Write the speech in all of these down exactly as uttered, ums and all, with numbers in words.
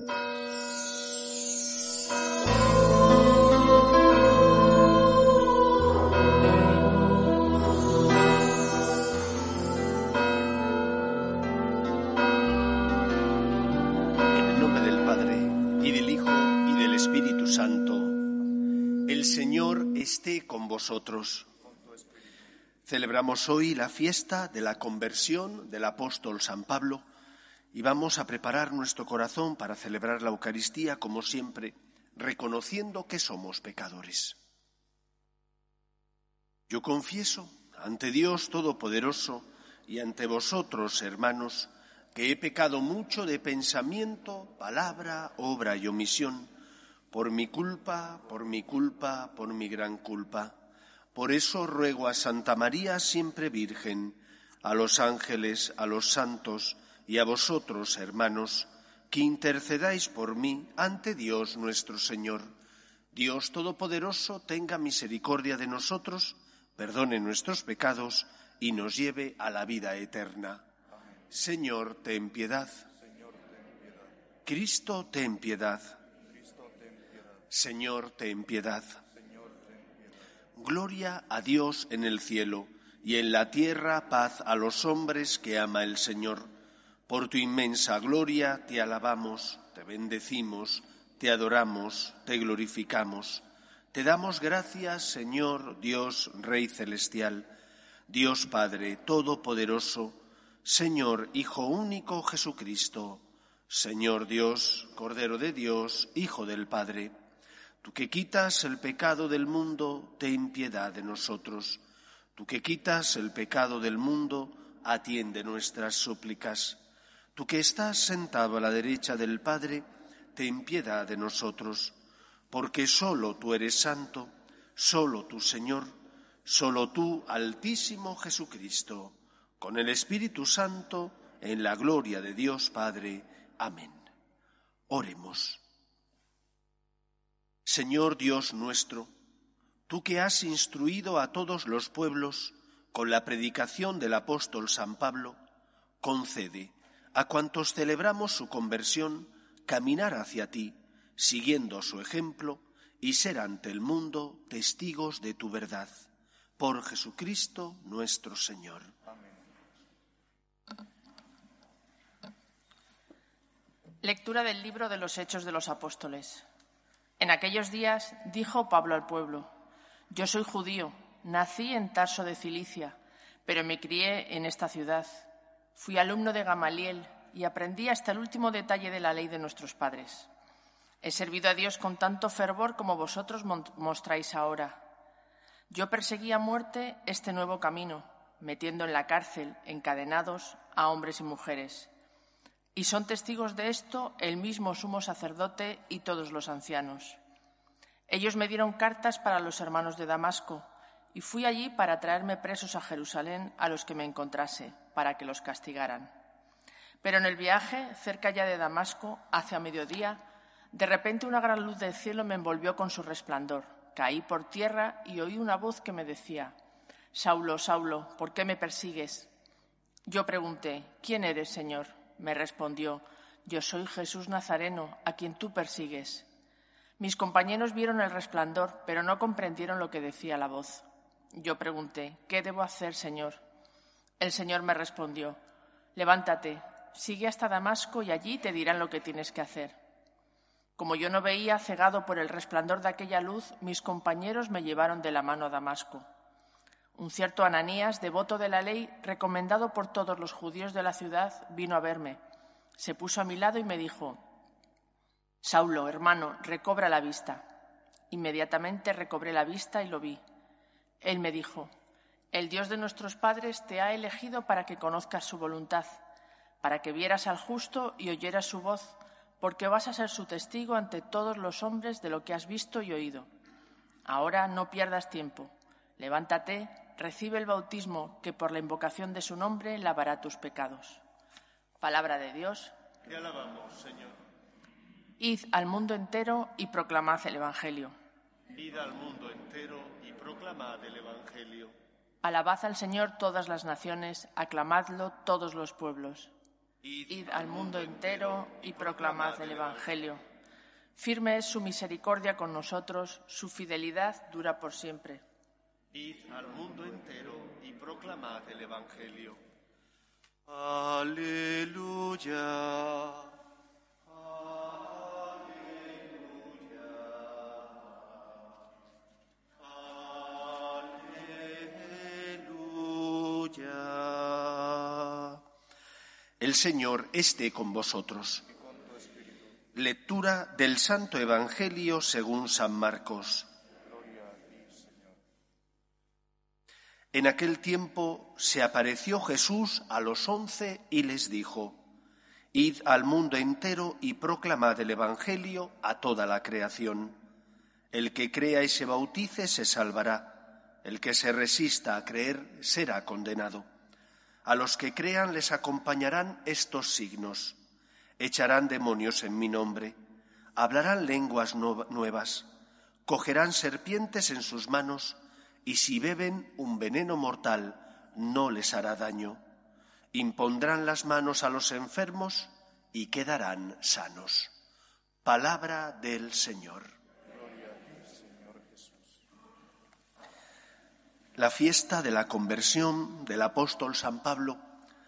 Esté con vosotros. Celebramos hoy la fiesta de la conversión del apóstol San Pablo y vamos a preparar nuestro corazón para celebrar la Eucaristía, como siempre, reconociendo que somos pecadores. Yo confieso ante Dios Todopoderoso y ante vosotros, hermanos, que he pecado mucho de pensamiento, palabra, obra y omisión, por mi culpa, por mi culpa, por mi gran culpa. Por eso ruego a Santa María, siempre Virgen, a los ángeles, a los santos y a vosotros, hermanos, que intercedáis por mí ante Dios nuestro Señor. Dios Todopoderoso tenga misericordia de nosotros, perdone nuestros pecados y nos lleve a la vida eterna. Amén. Señor, ten piedad. Señor, ten piedad. Cristo, ten piedad. Señor, ten piedad. Gloria a Dios en el cielo y en la tierra paz a los hombres que ama el Señor. Por tu inmensa gloria te alabamos, te bendecimos, te adoramos, te glorificamos. Te damos gracias, Señor, Dios, Rey celestial, Dios Padre todopoderoso, Señor, Hijo único Jesucristo, Señor Dios, Cordero de Dios, Hijo del Padre. Tú que quitas el pecado del mundo, ten piedad de nosotros. Tú que quitas el pecado del mundo, atiende nuestras súplicas. Tú que estás sentado a la derecha del Padre, ten piedad de nosotros. Porque solo tú eres santo, solo tú, Señor, solo tú, Altísimo Jesucristo, con el Espíritu Santo, en la gloria de Dios Padre. Amén. Oremos. Señor Dios nuestro, tú que has instruido a todos los pueblos con la predicación del apóstol San Pablo, concede a cuantos celebramos su conversión caminar hacia ti, siguiendo su ejemplo, y ser ante el mundo testigos de tu verdad. Por Jesucristo nuestro Señor. Amén. Lectura del libro de los Hechos de los Apóstoles. En aquellos días dijo Pablo al pueblo: Yo soy judío, nací en Tarso de Cilicia, pero me crié en esta ciudad. Fui alumno de Gamaliel y aprendí hasta el último detalle de la ley de nuestros padres. He servido a Dios con tanto fervor como vosotros mostráis ahora. Yo perseguí a muerte este nuevo camino, metiendo en la cárcel, encadenados, a hombres y mujeres. Y son testigos de esto el mismo sumo sacerdote y todos los ancianos. Ellos me dieron cartas para los hermanos de Damasco, y fui allí para traerme presos a Jerusalén a los que me encontrase, para que los castigaran. Pero en el viaje, cerca ya de Damasco, hacia mediodía, de repente una gran luz del cielo me envolvió con su resplandor. Caí por tierra y oí una voz que me decía: Saulo, Saulo, ¿por qué me persigues? Yo pregunté: ¿Quién eres, Señor? Me respondió: Yo soy Jesús Nazareno, a quien tú persigues. Mis compañeros vieron el resplandor, pero no comprendieron lo que decía la voz. Yo pregunté: ¿Qué debo hacer, Señor? El Señor me respondió: Levántate, sigue hasta Damasco y allí te dirán lo que tienes que hacer. Como yo no veía, cegado por el resplandor de aquella luz, mis compañeros me llevaron de la mano a Damasco. Un cierto Ananías, devoto de la ley, recomendado por todos los judíos de la ciudad, vino a verme. Se puso a mi lado y me dijo: Saulo, hermano, recobra la vista. Inmediatamente recobré la vista y lo vi. Él me dijo: El Dios de nuestros padres te ha elegido para que conozcas su voluntad, para que vieras al justo y oyeras su voz, porque vas a ser su testigo ante todos los hombres de lo que has visto y oído. Ahora no pierdas tiempo. Levántate, recibe el bautismo que por la invocación de su nombre lavará tus pecados. Palabra de Dios. Te alabamos, Señor. Id al mundo entero y proclamad el Evangelio. Id al mundo entero y proclamad el Evangelio. Alabad al Señor todas las naciones, aclamadlo todos los pueblos. Id al mundo entero y proclamad el Evangelio. Firme es su misericordia con nosotros, su fidelidad dura por siempre. Id al mundo entero y proclamad el Evangelio. Aleluya. El Señor esté con vosotros. Lectura del Santo Evangelio según San Marcos. En aquel tiempo se apareció Jesús a los once y les dijo: Id al mundo entero y proclamad el Evangelio a toda la creación. El que crea y se bautice se salvará. El que se resista a creer será condenado. A los que crean les acompañarán estos signos: echarán demonios en mi nombre, hablarán lenguas nuevas, cogerán serpientes en sus manos, y si beben un veneno mortal no les hará daño. Impondrán las manos a los enfermos y quedarán sanos. Palabra del Señor. La fiesta de la conversión del apóstol San Pablo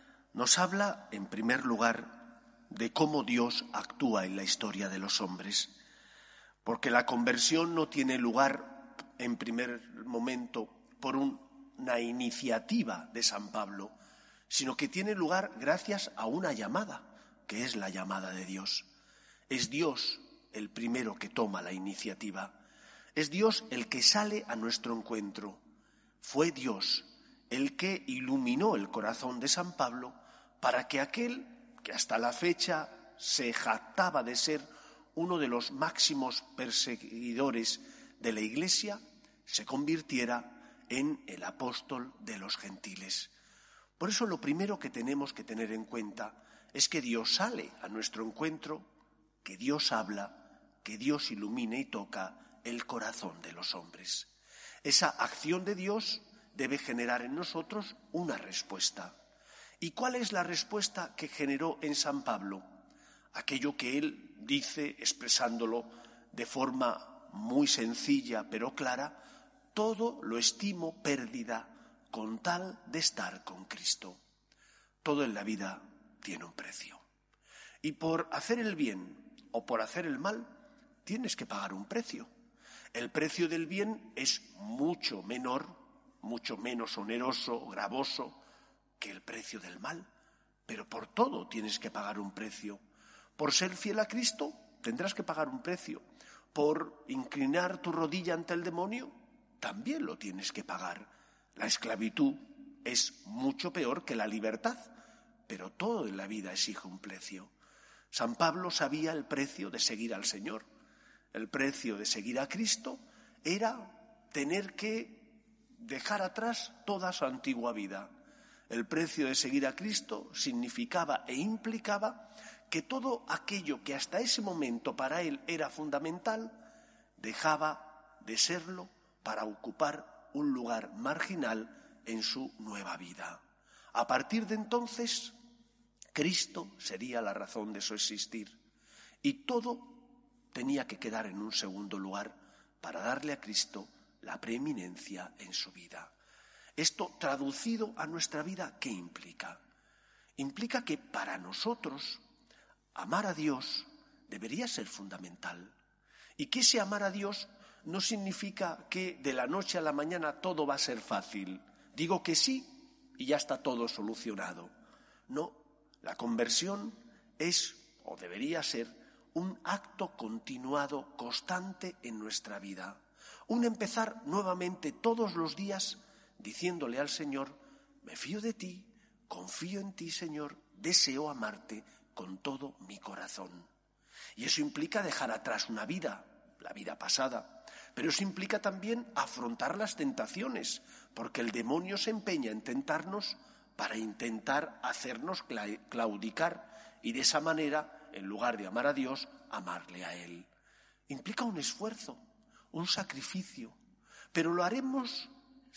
nos habla, en primer lugar, de cómo Dios actúa en la historia de los hombres, porque la conversión no tiene lugar, en primer momento, por una iniciativa de San Pablo, sino que tiene lugar gracias a una llamada, que es la llamada de Dios. Es Dios el primero que toma la iniciativa, es Dios el que sale a nuestro encuentro. Fue Dios el que iluminó el corazón de San Pablo para que aquel que hasta la fecha se jactaba de ser uno de los máximos perseguidores de la Iglesia se convirtiera en el apóstol de los gentiles. Por eso lo primero que tenemos que tener en cuenta es que Dios sale a nuestro encuentro, que Dios habla, que Dios ilumina y toca el corazón de los hombres. Esa acción de Dios debe generar en nosotros una respuesta. ¿Y cuál es la respuesta que generó en San Pablo? Aquello que él dice, expresándolo de forma muy sencilla pero clara: todo lo estimo pérdida con tal de estar con Cristo. Todo en la vida tiene un precio. Y por hacer el bien o por hacer el mal, tienes que pagar un precio. El precio del bien es mucho menor, mucho menos oneroso, gravoso que el precio del mal, pero por todo tienes que pagar un precio. Por ser fiel a Cristo tendrás que pagar un precio. Por inclinar tu rodilla ante el demonio también lo tienes que pagar. La esclavitud es mucho peor que la libertad, pero todo en la vida exige un precio. San Pablo sabía el precio de seguir al Señor. El precio de seguir a Cristo era tener que dejar atrás toda su antigua vida. El precio de seguir a Cristo significaba e implicaba que todo aquello que hasta ese momento para él era fundamental, dejaba de serlo para ocupar un lugar marginal en su nueva vida. A partir de entonces, Cristo sería la razón de su existir y todo tenía que quedar en un segundo lugar para darle a Cristo la preeminencia en su vida. Esto, traducido a nuestra vida, ¿qué implica? Implica que para nosotros amar a Dios debería ser fundamental. Y que ese amar a Dios no significa que de la noche a la mañana todo va a ser fácil. Digo que sí y ya está todo solucionado. No, la conversión es, o debería ser, un acto continuado, constante en nuestra vida. Un empezar nuevamente todos los días diciéndole al Señor: me fío de ti, confío en ti, Señor, deseo amarte con todo mi corazón. Y eso implica dejar atrás una vida, la vida pasada, pero eso implica también afrontar las tentaciones, porque el demonio se empeña en tentarnos para intentar hacernos claudicar y de esa manera, en lugar de amar a Dios, amarle a Él. Implica un esfuerzo, un sacrificio, pero lo haremos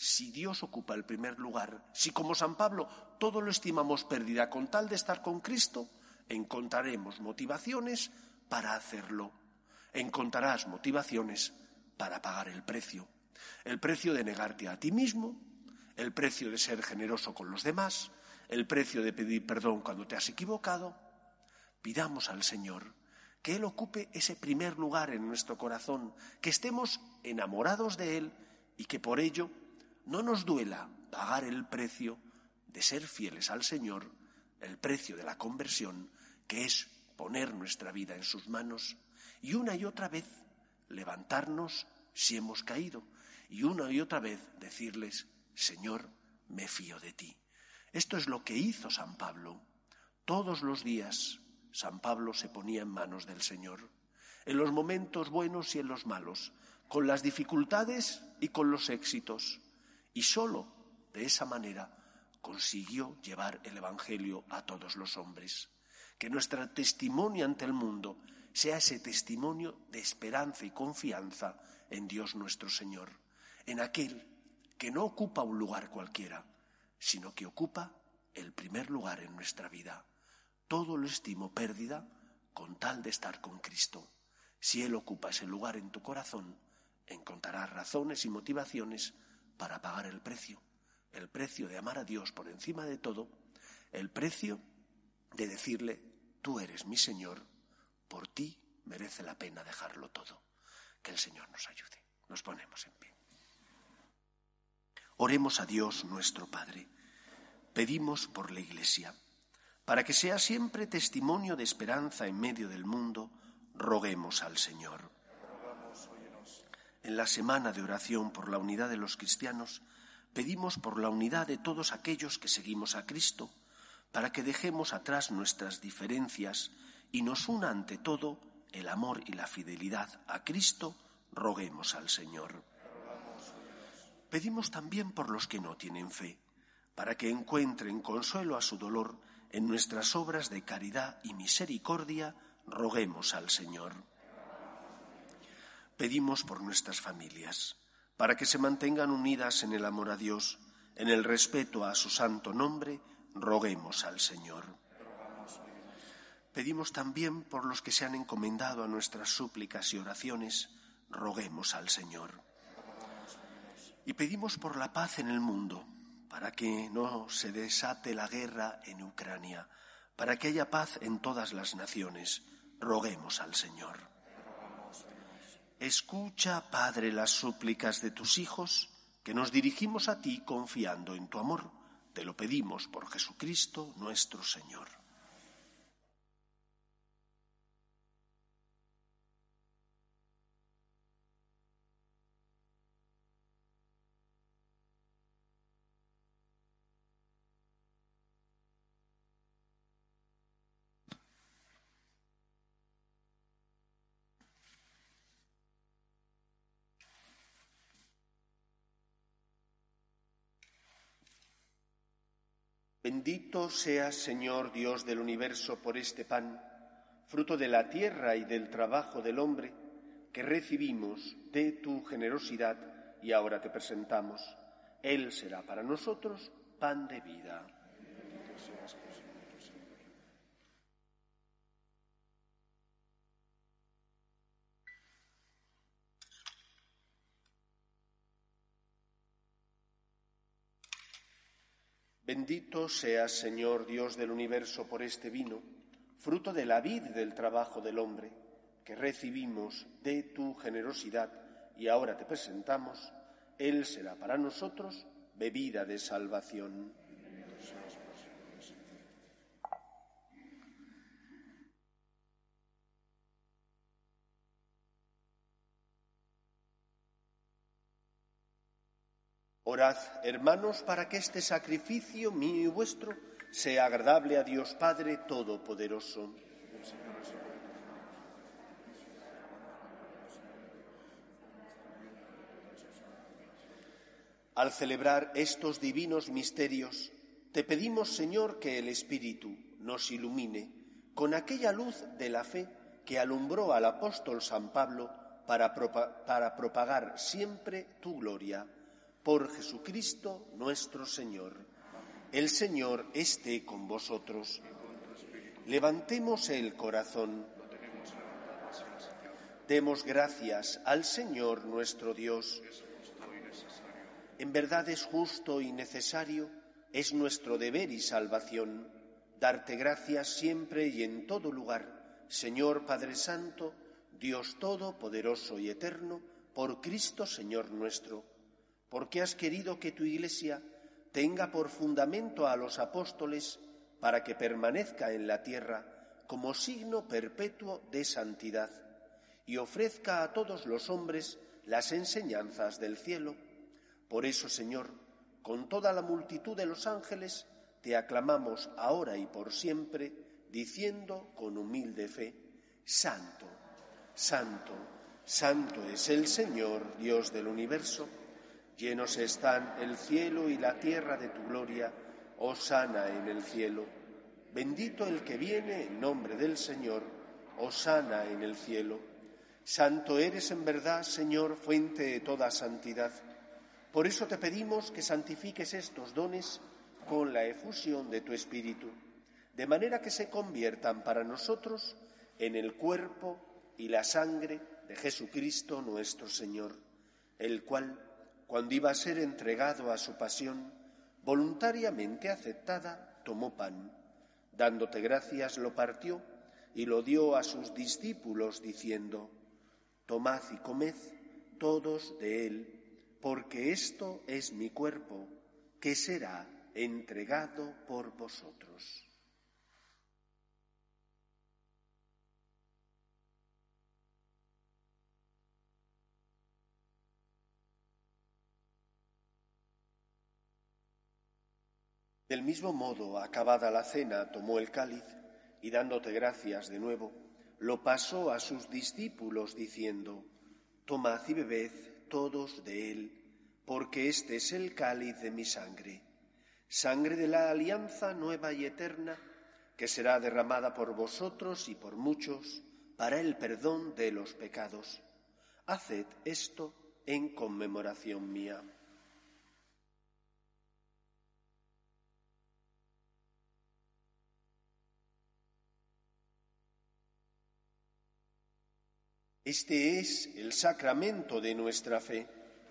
si Dios ocupa el primer lugar, si como San Pablo todo lo estimamos pérdida con tal de estar con Cristo, encontraremos motivaciones para hacerlo. Encontrarás motivaciones para pagar el precio. El precio de negarte a ti mismo, el precio de ser generoso con los demás, el precio de pedir perdón cuando te has equivocado. Pidamos al Señor que Él ocupe ese primer lugar en nuestro corazón, que estemos enamorados de Él y que por ello no nos duela pagar el precio de ser fieles al Señor, el precio de la conversión, que es poner nuestra vida en sus manos y una y otra vez levantarnos si hemos caído y una y otra vez decirles: Señor, me fío de ti. Esto es lo que hizo San Pablo. Todos los días San Pablo se ponía en manos del Señor, en los momentos buenos y en los malos, con las dificultades y con los éxitos. Y solo de esa manera consiguió llevar el Evangelio a todos los hombres. Que nuestro testimonio ante el mundo sea ese testimonio de esperanza y confianza en Dios nuestro Señor, en aquel que no ocupa un lugar cualquiera, sino que ocupa el primer lugar en nuestra vida. Todo lo estimo pérdida con tal de estar con Cristo. Si Él ocupa ese lugar en tu corazón, encontrarás razones y motivaciones para pagar el precio. El precio de amar a Dios por encima de todo, el precio de decirle: tú eres mi Señor, por ti merece la pena dejarlo todo. Que el Señor nos ayude. Nos ponemos en pie. Oremos a Dios nuestro Padre. Pedimos por la Iglesia, para que sea siempre testimonio de esperanza en medio del mundo, roguemos al Señor. En la semana de oración por la unidad de los cristianos, pedimos por la unidad de todos aquellos que seguimos a Cristo, para que dejemos atrás nuestras diferencias y nos una ante todo el amor y la fidelidad a Cristo, roguemos al Señor. Pedimos también por los que no tienen fe, para que encuentren consuelo a su dolor en nuestras obras de caridad y misericordia, roguemos al Señor. Pedimos por nuestras familias, para que se mantengan unidas en el amor a Dios, en el respeto a su santo nombre, roguemos al Señor. Pedimos también por los que se han encomendado a nuestras súplicas y oraciones, roguemos al Señor. Y pedimos por la paz en el mundo, para que no se desate la guerra en Ucrania, para que haya paz en todas las naciones, roguemos al Señor. Escucha, Padre, las súplicas de tus hijos, que nos dirigimos a ti confiando en tu amor. Te lo pedimos por Jesucristo nuestro Señor. Bendito seas, Señor Dios del universo, por este pan, fruto de la tierra y del trabajo del hombre, que recibimos de tu generosidad y ahora te presentamos. Él será para nosotros pan de vida. Bendito seas, Señor Dios del universo, por este vino, fruto de la vid del trabajo del hombre, que recibimos de tu generosidad y ahora te presentamos. Él será para nosotros bebida de salvación. Orad, hermanos, para que este sacrificio mío y vuestro sea agradable a Dios Padre Todopoderoso. Al celebrar estos divinos misterios, te pedimos, Señor, que el Espíritu nos ilumine con aquella luz de la fe que alumbró al apóstol San Pablo para, propa- para propagar siempre tu gloria. por Jesucristo nuestro Señor. El Señor esté con vosotros. Levantemos el corazón. Demos gracias al Señor nuestro Dios. En verdad es justo y necesario, es nuestro deber y salvación, darte gracias siempre y en todo lugar, Señor Padre Santo, Dios Todopoderoso y Eterno, por Cristo Señor nuestro, porque has querido que tu Iglesia tenga por fundamento a los apóstoles para que permanezca en la tierra como signo perpetuo de santidad y ofrezca a todos los hombres las enseñanzas del cielo. Por eso, Señor, con toda la multitud de los ángeles, te aclamamos ahora y por siempre, diciendo con humilde fe: Santo, Santo, Santo es el Señor, Dios del universo. Llenos están el cielo y la tierra de tu gloria. Hosana en el cielo. Bendito el que viene en nombre del Señor. Hosana en el cielo. Santo eres en verdad, Señor, fuente de toda santidad. Por eso te pedimos que santifiques estos dones con la efusión de tu Espíritu, de manera que se conviertan para nosotros en el cuerpo y la sangre de Jesucristo nuestro Señor, el cual, cuando iba a ser entregado a su pasión, voluntariamente aceptada, tomó pan, dándote gracias, lo partió y lo dio a sus discípulos, diciendo: Tomad y comed todos de él, porque esto es mi cuerpo, que será entregado por vosotros. Del mismo modo, acabada la cena, tomó el cáliz y, dándote gracias de nuevo, lo pasó a sus discípulos, diciendo: Tomad y bebed todos de él, porque este es el cáliz de mi sangre, sangre de la alianza nueva y eterna, que será derramada por vosotros y por muchos para el perdón de los pecados. Haced esto en conmemoración mía. Este es el sacramento de nuestra fe.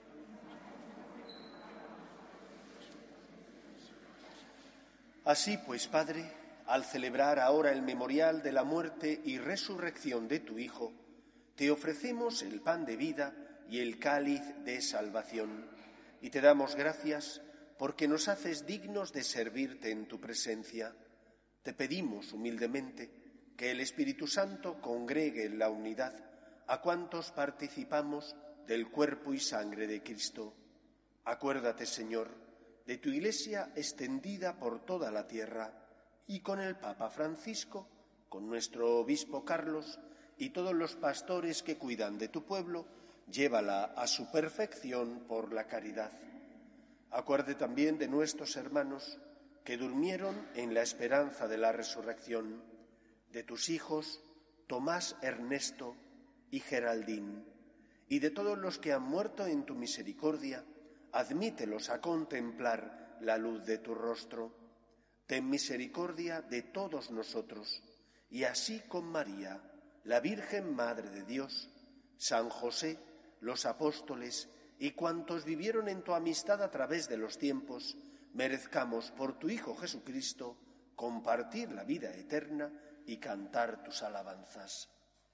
Así pues, Padre, al celebrar ahora el memorial de la muerte y resurrección de tu Hijo, te ofrecemos el pan de vida y el cáliz de salvación, y te damos gracias porque nos haces dignos de servirte en tu presencia. Te pedimos humildemente que el Espíritu Santo congregue en la unidad a cuantos participamos del cuerpo y sangre de Cristo. Acuérdate, Señor, de tu Iglesia extendida por toda la tierra, y con el Papa Francisco, con nuestro obispo Carlos y todos los pastores que cuidan de tu pueblo, llévala a su perfección por la caridad. Acuérdate también de nuestros hermanos que durmieron en la esperanza de la resurrección, de tus hijos Tomás, Ernesto y Geraldín, y de todos los que han muerto en tu misericordia, admítelos a contemplar la luz de tu rostro. Ten misericordia de todos nosotros, y así con María, la Virgen Madre de Dios, San José, los apóstoles y cuantos vivieron en tu amistad a través de los tiempos, merezcamos por tu Hijo Jesucristo compartir la vida eterna y cantar tus alabanzas.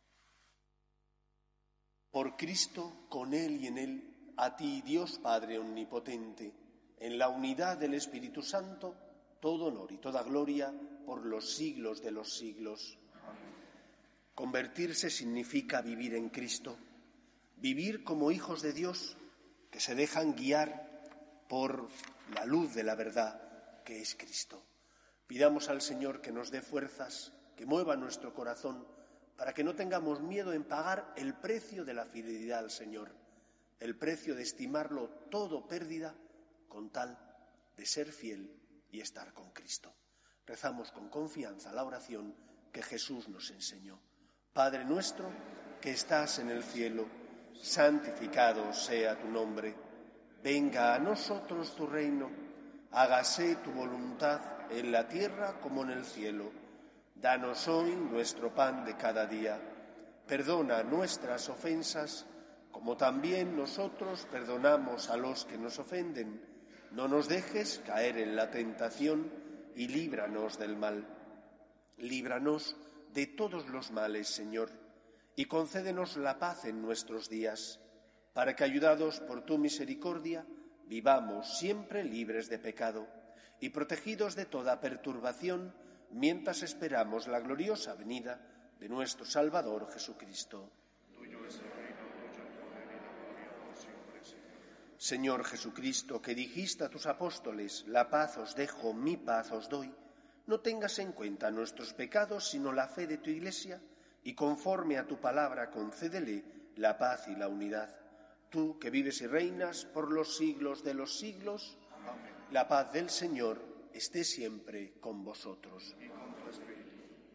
Por Cristo, con Él y en Él, a ti, Dios Padre Omnipotente, en la unidad del Espíritu Santo, todo honor y toda gloria por los siglos de los siglos. Convertirse significa vivir en Cristo, vivir como hijos de Dios que se dejan guiar por la luz de la verdad que es Cristo. Pidamos al Señor que nos dé fuerzas, que mueva nuestro corazón, para que no tengamos miedo en pagar el precio de la fidelidad al Señor, el precio de estimarlo todo pérdida con tal de ser fiel y estar con Cristo. Rezamos con confianza la oración que Jesús nos enseñó. Padre nuestro que estás en el cielo, santificado sea tu nombre. Venga a nosotros tu reino, hágase tu voluntad en la tierra como en el cielo. Danos hoy nuestro pan de cada día. Perdona nuestras ofensas, como también nosotros perdonamos a los que nos ofenden. No nos dejes caer en la tentación y líbranos del mal. Líbranos de todos los males, Señor, y concédenos la paz en nuestros días, para que, ayudados por tu misericordia, vivamos siempre libres de pecado y protegidos de toda perturbación, mientras esperamos la gloriosa venida de nuestro Salvador Jesucristo. Tuyo es el reino, tuyo el poder y la gloria por siempre, Señor. Señor Jesucristo, que dijiste a tus apóstoles, la paz os dejo, mi paz os doy, no tengas en cuenta nuestros pecados, sino la fe de tu Iglesia, y conforme a tu palabra concédele la paz y la unidad. Tú, que vives y reinas por los siglos de los siglos, amén. La paz del Señor esté siempre con vosotros. Y con tu espíritu.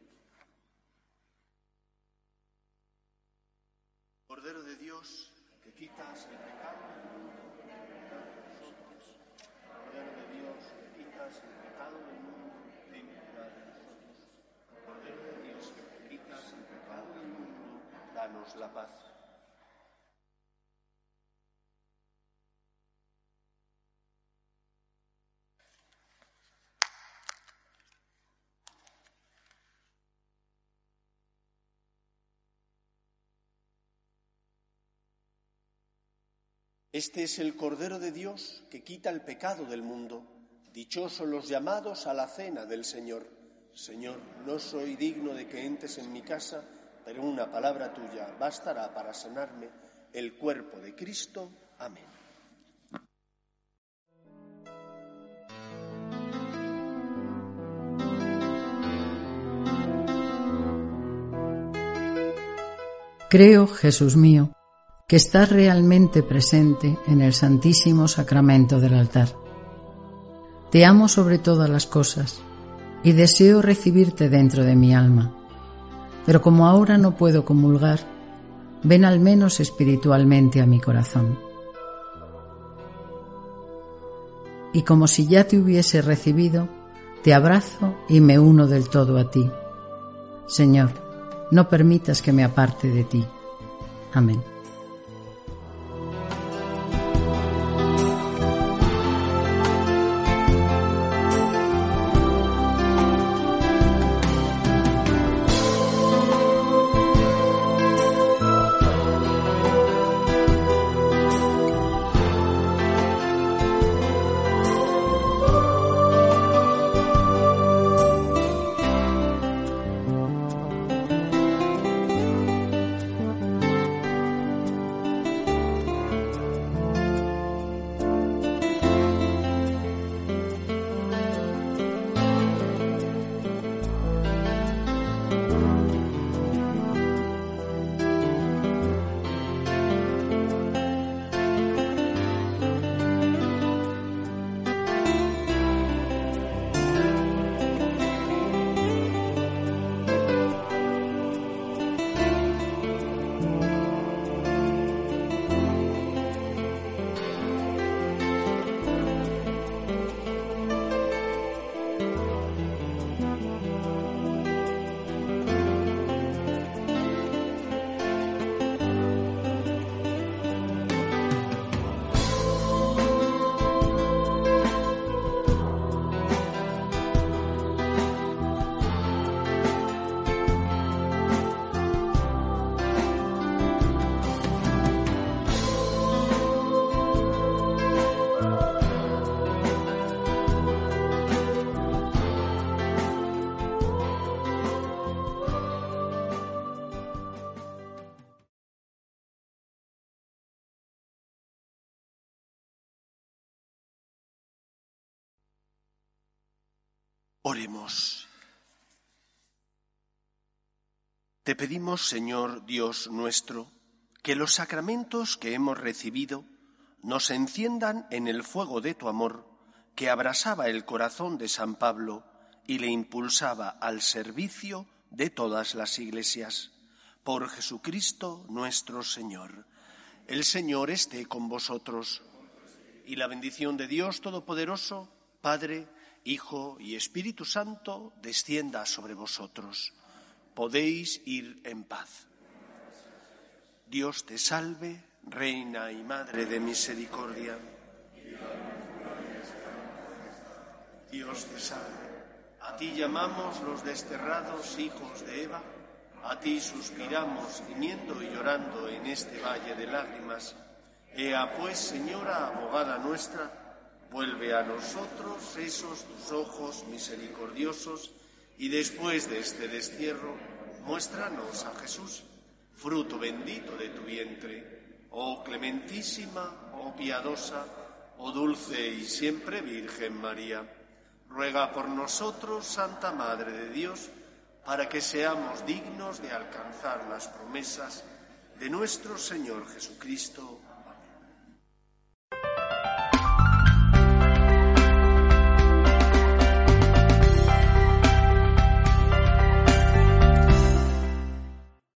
Cordero de Dios, que quitas el pecado del mundo, ten piedad de nosotros. Cordero de Dios, que quitas el pecado del mundo, ten piedad de nosotros. Cordero de Dios, que quitas el pecado del mundo, danos la paz. Este es el Cordero de Dios que quita el pecado del mundo. Dichosos los llamados a la cena del Señor. Señor, no soy digno de que entres en mi casa, pero una palabra tuya bastará para sanarme. El cuerpo de Cristo. Amén. Creo, Jesús mío, que estás realmente presente en el Santísimo Sacramento del altar. Te amo sobre todas las cosas y deseo recibirte dentro de mi alma, pero como ahora no puedo comulgar, ven al menos espiritualmente a mi corazón. Y como si ya te hubiese recibido, te abrazo y me uno del todo a ti. Señor, no permitas que me aparte de ti. Amén. Oremos. Te pedimos, Señor Dios nuestro, que los sacramentos que hemos recibido nos enciendan en el fuego de tu amor, que abrasaba el corazón de San Pablo y le impulsaba al servicio de todas las iglesias. Por Jesucristo nuestro Señor. El Señor esté con vosotros. y la bendición de Dios Todopoderoso, Padre, Hijo y Espíritu Santo, descienda sobre vosotros. Podéis ir en paz. Dios te salve, Reina y Madre de misericordia. Dios te salve. A ti llamamos los desterrados hijos de Eva, a ti suspiramos gimiendo y llorando en este valle de lágrimas. Ea pues, Señora, abogada nuestra, vuelve a nosotros esos tus ojos misericordiosos y después de este destierro, muéstranos a Jesús, fruto bendito de tu vientre. Oh clementísima, oh piadosa, oh dulce y siempre Virgen María, ruega por nosotros, Santa Madre de Dios, para que seamos dignos de alcanzar las promesas de nuestro Señor Jesucristo.